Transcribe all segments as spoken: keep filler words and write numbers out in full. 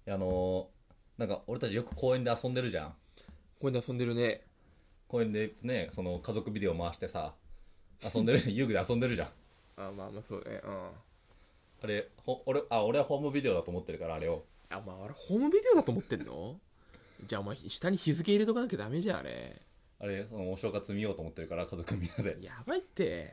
あのー、なんか俺たちよく公園で遊んでるじゃん。 公園で遊んでるね。 公園でね、その家族ビデオ回してさ、遊んでる遊具で遊んでるじゃん。 あ、まあまあそうね。うん。 あれほ俺あ俺はホームビデオだと思ってるから、あれを。 あ、まああれホームビデオだと思ってんの？じゃあお前下に日付入れとかなきゃダメじゃん、あれ。 あれそのお正月見ようと思ってるから、家族みんなで。 やばいって。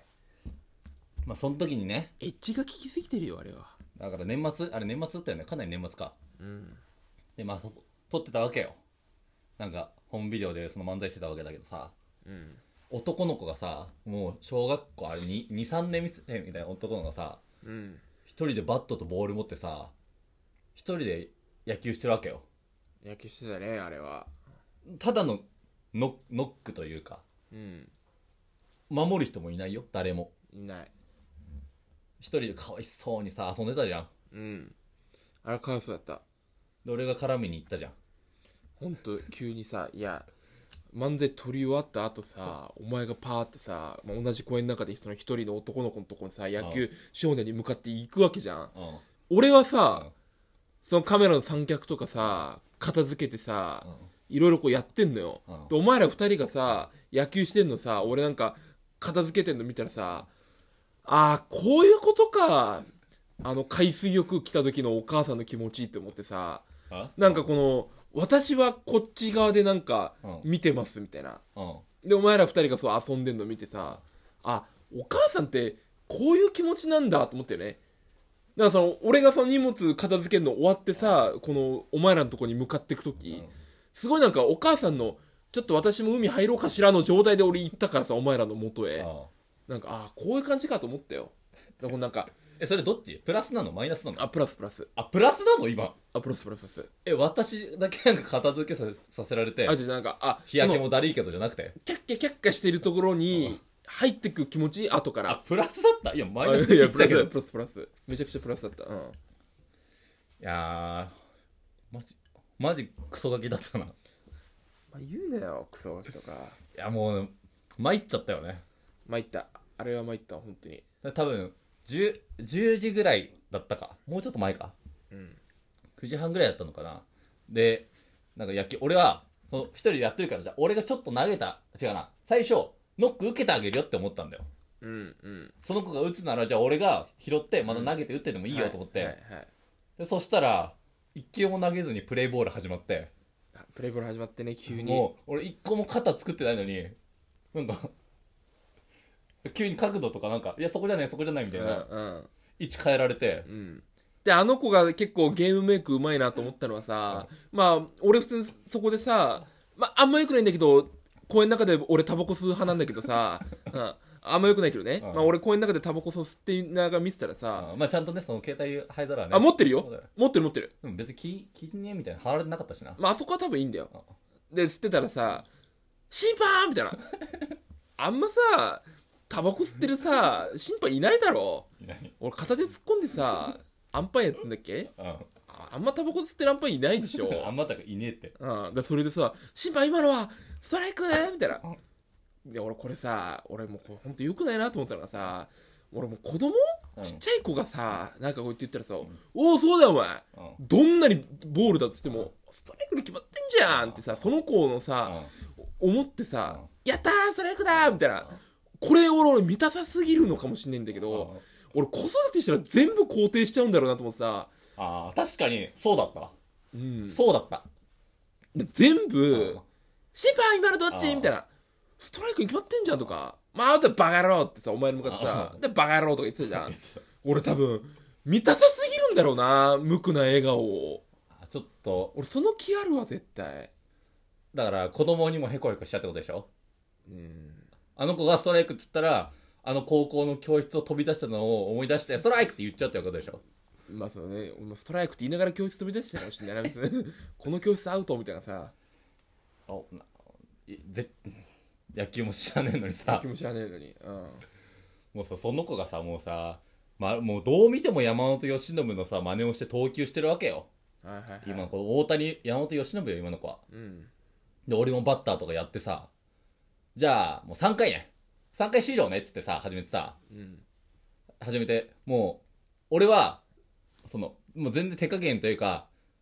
まあその時にね、 エッジが効きすぎてるよ、あれは。 だから年末、あれ年末だったよね、かなり年末か。 うん。 でまあそ撮ってたわけよ。なんかホームビデオでその漫才してたわけだけどさ、 うん。 男の子がさ、もう小学校あれにさんねんみたいな男の子がさ、 うん。 一人でバットとボール持ってさ、一人で野球してるわけよ。 野球してたね、あれは。 ただのノノックというか、 うん。 守る人もいないよ、誰も。 いない。 一人でかわいそうにさ遊んでたじゃん。 うん。あれカオスだった。 で俺が絡みに行ったじゃん。 ほんと急にさ、いや漫才撮り終わった後さ、お前がパーってさ、まあ、同じ公園の中でその一人の男の子のとこにさ、野球少年に向かって行くわけじゃん。 うん俺はさ、 うんそのカメラの三脚とかさ、片付けてさ、いろいろこうやってんのよ。 うんでお前ら二人がさ、野球してんのさ、俺なんか片付けてんの見たらさ、ああこういうことか、あの海水浴来た時のお母さんの気持ちって思ってさ、 あなんかこの私はこっち側でなんかうん見てますみたいな。 うんでお前ら二人がそう遊んでんの見てさ、あ、お母さんってこういう気持ちなんだと思ってよね。だからその俺がその荷物片付けるの終わってさ、このお前らのとこに向かっていくとき、すごいなんかお母さんのちょっと私も海入ろうかしらの状態で俺行ったからさ、お前らの元へ、 あなんかあこういう感じかと思ったよ。だからなんかえそれどっち？プラスなのマイナスなの？ あプラスプラスあプラスなの今。 あプラスプラスプラスえ私だけなんか片付けさせさせられて、 あじゃあなんかあ日焼けそのもだるいけどじゃなくて、 キャッキャキャッキャしてるところに入ってく気持ち後かあら。 プラスだった。いやマイナスっていやプラ言ったけど。いスプラスプラスめちゃくちゃプラスだった。うん。 やーマジマジクソガキだったな。いまあ、言うなよクソガキとか。 やもう参っちゃったよね。 参ったあれは参った本当に。 多分じゅう、じゅうじぐらいだったか、もうちょっと前か、 うん。 くじはんぐらいだったのかな。でなんか野球俺はその一人でやってるから、じゃあ俺がちょっと投げた、違うな、最初ノック受けてあげるよって思ったんだよ。 うんうんその子が打つならじゃあ俺が拾ってまた投げて打ってでもいいよと思って、 はいはいはい、 でそしたら一球も投げずにプレイボール始まって、 あプレイボール始まってね急に。 もう俺一個も肩作ってないのに、なんか急に角度とかなんか、いやそこじゃないそこじゃないみたいなうん位置変えられて、 うんうんであの子が結構ゲームメイクうまいなと思ったのはさ、まあ俺普通にそこでさ、まああんまよくないんだけど、公園の中で俺タバコ吸う派なんだけどさ、うん、あんまよくないけどね、 うんまあ俺公園の中でタバコ吸っていながら見てたらさ、 あまあちゃんとねその携帯灰皿はね、 あ持ってるよそうだよ。 持ってる持ってる。 でも別に気気にねみたいな貼られてなかったしな。 まああそこは多分いいんだよ。 あで吸ってたらさ、審判みたいな。あんまさタバコ吸ってるさ審判いないだろ。 いない俺片手突っ込んでさアンパイアやってんだっけ。 うんああんまタバコ吸ってるアンパイアいないでしょ。 あんまだからいねえって。 うん、でそれでさ審判今のはストライクみたいな。で俺これさ俺もうこれほんとよくないなと思ったのがさ、俺もう子供、 うんちっちゃい子がさなんかこうやって言ったらさ、おおそうだよお前、 うんどんなにボールだっつってもストライクに決まってんじゃんってさ、その子のさ、思ってさ、 うんやったーストライクだーみたいな、これ俺俺満たさすぎるのかもしんないんだけど、俺子育てしたら全部肯定しちゃうんだろうなと思ってさ、 ああ確かにそうだったわ、 うん、 そうだった。 で全うん部審判今のどっちみたいな、ストライクに決まってんじゃんとか、まああとはバカ野郎ってさお前に向かってさ、でバカ野郎とか言ってたじゃん。俺多分満たさすぎるんだろうな無垢な笑顔を。 あちょっと俺その気あるわ絶対。 だから子供にもヘコヘコしちゃってことでしょ。 うんあの子がストライクっつったらあの高校の教室を飛び出したのを思い出してストライクって言っちゃうってことでしょ。 まあそうね、俺もストライクって言いながら教室飛び出してたかもしれないなこの教室アウトみたいなさ、 あないぜ野球も知らねえのにさ気も知らねえのに、うん、 もうさその子がさもうさ、ま、もうどう見ても山本由伸のさ真似をして投球してるわけよ。 はいはいはい、 今この大谷山本由伸よ今の子は。 うんで俺もバッターとかやってさ、じゃあもうさんかいねさんかい終了ねっつってさ始めてさ、 うん、 始めてもう俺はそのもう全然手加減というか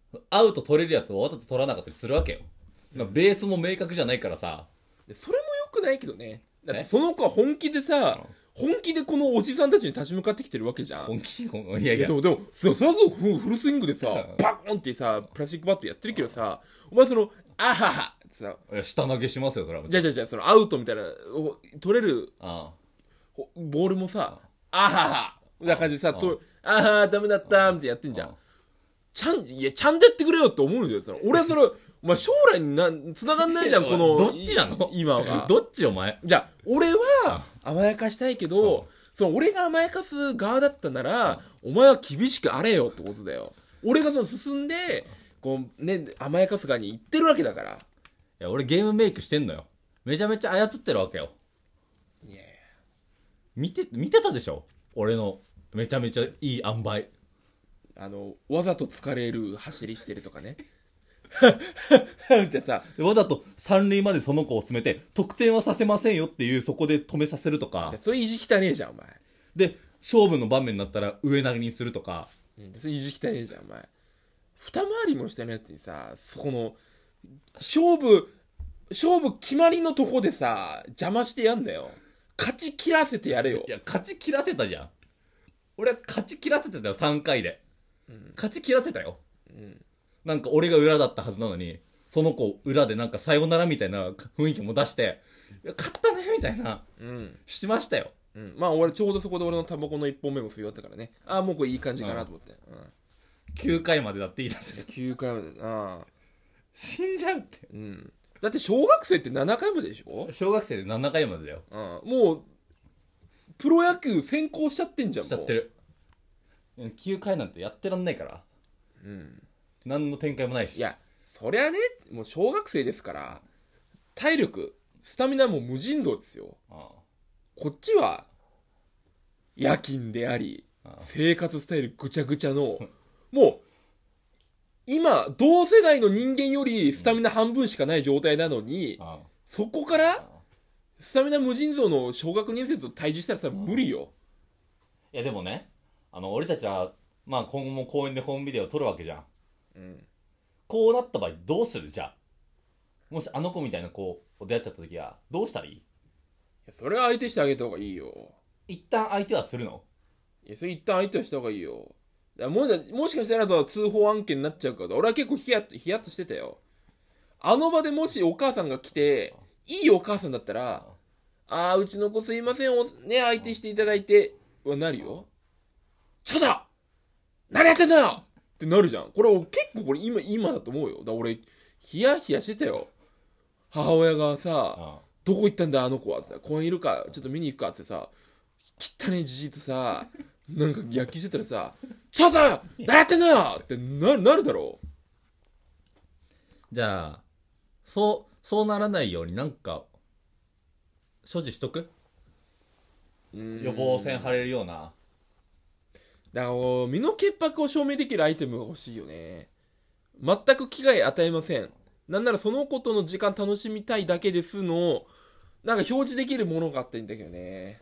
アウト取れるやつをわざと取らなかったりするわけよ。なんかベースも明確じゃないからさ。 でそれも良くないけどね。だってその子は本気でさ、本気でこのおじさんたちに立ち向かってきてるわけじゃん。 本気いやいや。 いやでも、でも、そそれぞれフルスイングでさ、バコンってさ、プラスチックバットやってるけどさ、お前その、あははってさ、 いや下投げしますよ、それは。 じゃあじゃあじゃあそのアウトみたいな、お取れるあほボールもさ、あははみたいな感じでさ、とあはダメだったみたいなやってんじゃん。ちゃん、いや、ちゃんとやってくれよって思うんだよ。その俺はそれ、お前将来にな、繋がんないじゃん、この。 どっちなの今は。 どっちお前。 じゃあ、俺は甘やかしたいけど、その俺が甘やかす側だったなら、お前は厳しくあれよってことだよ。俺がその進んで、こうね、甘やかす側に行ってるわけだから。 いや、俺ゲームメイクしてんのよ。めちゃめちゃ操ってるわけよ。 いやいや。 見て、見てたでしょ俺の、めちゃめちゃいい塩梅。 あの、わざと疲れる走りしてるとかね。ってさ、 わざと三塁までその子を進めて、得点はさせませんよっていう、そこで止めさせるとか。 それ意地汚ねえじゃん、お前。 で、勝負の場面になったら上投げにするとか。 うん、それ意地汚ねえじゃん、お前。二回りも下のやつにさ、そこの、勝負、勝負決まりのとこでさ、邪魔してやんだよ。勝ち切らせてやれよ。 いや、勝ち切らせたじゃん。俺は勝ち切らせてたよ、さんかいで。うん、勝ち切らせたよ。うん、なんか俺が裏だったはずなのに、その子裏でなんかさよならみたいな雰囲気も出して、いや勝ったねみたいな、うん、しましたよ。 うん、まあ俺ちょうどそこで俺のタバコのいっぽんめも吸い終わったからね。ああ、もうこれいい感じかなと思って。うんうん、 きゅうかいまでだって言い出せた。 きゅうかいまで、ああ。 死んじゃうって。 うん。だって小学生ってななかいまででしょ？ 小学生でななかいまでだよ。 うん。もう、プロ野球先行しちゃってんじゃん、 しちゃってる。きゅうかいなんてやってらんないから。うん。何の展開もないし。 いや、そりゃね、もう小学生ですから、体力、スタミナも無尽蔵ですよ。ああ、こっちは、夜勤であり、ああ、生活スタイルぐちゃぐちゃの、もう、今、同世代の人間よりスタミナ半分しかない状態なのに、ああ、そこから、スタミナ無尽蔵の小学にねん生と対峙したらさ、無理よ。 いや、でもね、あの、俺たちは、まあ今後も公園でホームビデオを撮るわけじゃん。うん。こうなった場合どうする？じゃあ。もしあの子みたいな子を出会っちゃった時は、どうしたらいい？いや、それは相手してあげた方がいいよ。 一旦相手はするの？ いや、それ一旦相手はした方がいいよ。いや、もし、もしかしたらと通報案件になっちゃうから、俺は結構ヒヤッと、ヒヤッとしてたよ。あの場でもしお母さんが来て、いいお母さんだったら、あー、うちの子すいません、おね、相手していただいて、はなるよ。ちょっと何やってんだよってなるじゃん。これ結構これ今、今だと思うよ。だ俺、ヒヤヒヤしてたよ。母親がさ、ああ、どこ行ったんだあの子はってさ、公園いるか、ちょっと見に行くかってさ、汚ねえじじいとさ、なんか野球してたらさ、ちょっと何やってんだよってなる、なるだろう。 じゃあ、そう、そうならないようになんか、所持しとく？予防線張れるような。 だから身の潔白を証明できるアイテムが欲しいよね。全く危害与えません。なんならその子との時間楽しみたいだけですの、なんか表示できるものがあったらいいんだけどね。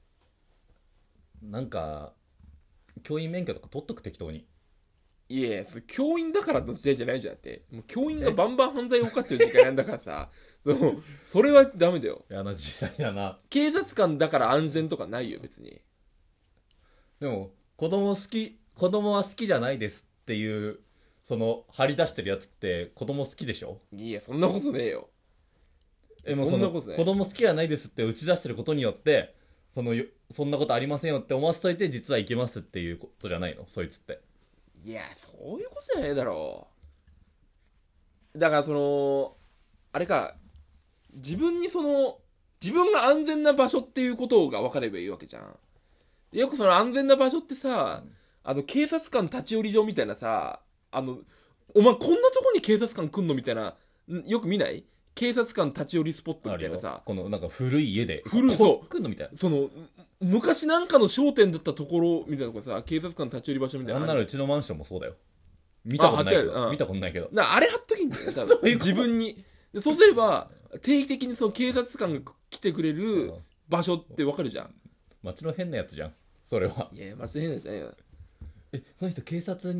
なんか、教員免許とか取っとく適当に。 いや、それ教員だからの時代じゃないじゃんって。もう教員がバンバン犯罪を犯してる時間なんだからさ、そ, それはダメだよ。 嫌な時代だな。 警察官だから安全とかないよ、別に。 でも、子供好き、子供は好きじゃないですっていう、その、張り出してるやつって子供好きでしょ？ いや、そんなことねえよ。 え、もうその、子供好きじゃないですって打ち出してることによって、その、そんなことありませんよって思わせといて、実はいけますっていうことじゃないの？そいつって。 いや、そういうことじゃないだろう。だからその、あれか、自分にその、自分が安全な場所っていうことが分かればいいわけじゃん。よくその安全な場所ってさ、あの警察官立ち寄り場みたいなさ、あの、お前こんなとこに警察官来んのみたいな、よく見ない？警察官立ち寄りスポットみたいなさ。 このなんか古い家で。 古い、そう。 来んのみたいな。 その、昔なんかの商店だったところみたいなとこさ、警察官立ち寄り場所みたいな。 なんならうちのマンションもそうだよ。見たことないけど。見たことないけど。 なあれ貼っときんだよ、多分。自分に。でそうすれば、定期的にその警察官が来てくれる場所ってわかるじゃん。 街の変なやつじゃん。それは。 いや、街の変なやつじゃないよ。 え、この人警察に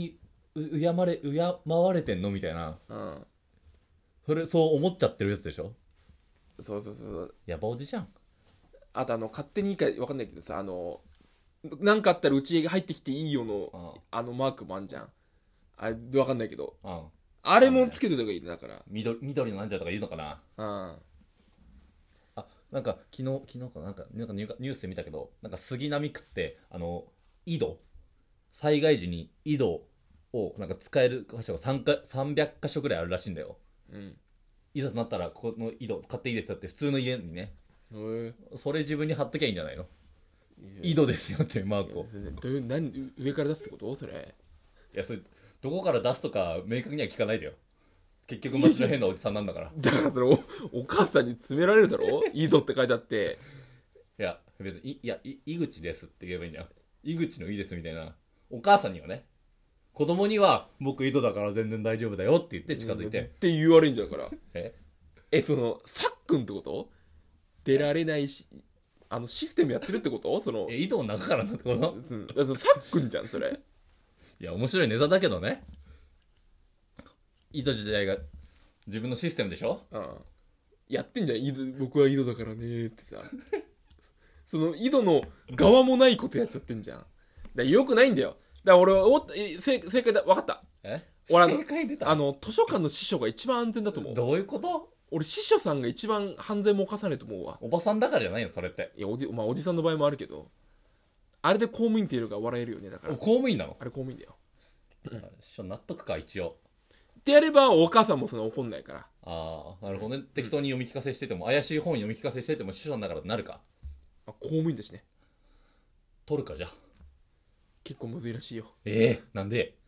う敬まれ敬われてんのみたいな、 うんそれそう思っちゃってるやつでしょ。 そうそうそうやばおじじゃん。 あとあの勝手にいいか分かんないけどさあのなんかあったらうち入ってきていいよのあのマークもあんじゃんあれ分かんないけどうん、 あれもつけてた方がいいねだから緑緑のなんちゃらとか言うのかな。 うんあ、なんか昨日昨日かなんかなんかニュニュースで見たけど、なんか杉並区ってあの井戸、災害時に井戸をなんか使える箇所がさんかさんびゃく箇所ぐらいあるらしいんだよ。 うんいざとなったらここの井戸使っていいですよって普通の家にね、 へえそれ自分に貼っときゃいいんじゃないの。井戸ですよっていうマークを。 どういう何上から出すってことそれいやそれどこから出すとか明確には聞かないでよ。結局街の変なおじさんなんだから。 だからそれ お, お母さんに詰められるだろ井戸って書いてあっていや別にいいやい井口ですって言えばいいんじゃん。井口のいいですみたいな。お母さんにはね、子供には僕井戸だから全然大丈夫だよって言って近づいて、 って言われんだからええそのさっくんってこと出られないしあのシステムやってるってことそのえ井戸の中からなんてこと。 うん、だからそのさっくんじゃんそれいや面白いネタだけどね。井戸自体が自分のシステムでしょ。 うんやってんじゃん井戸僕は井戸だからねーってさその井戸の側もないことやっちゃってんじゃんだからよくないんだよだから俺はおえ正正解だ分かったえ俺あの正解出た。 あの図書館の司書が一番安全だと思うどういうこと。 俺司書さんが一番犯罪も犯さないと思うわおばさんだからじゃないのそれって。 いやおじ,、まあ、おじさんの場合もあるけどあれで公務員っていうのが笑えるよねだから公務員なの。 あれ公務員だよ師匠納得か一応。 ってやればお母さんもその怒んないからああなるほどね。適当に読み聞かせしてても、怪しい本読み聞かせしてても師匠だからなるか。 あ公務員だしね取るかじゃあ。 結構むずいらしいよええー、なんで。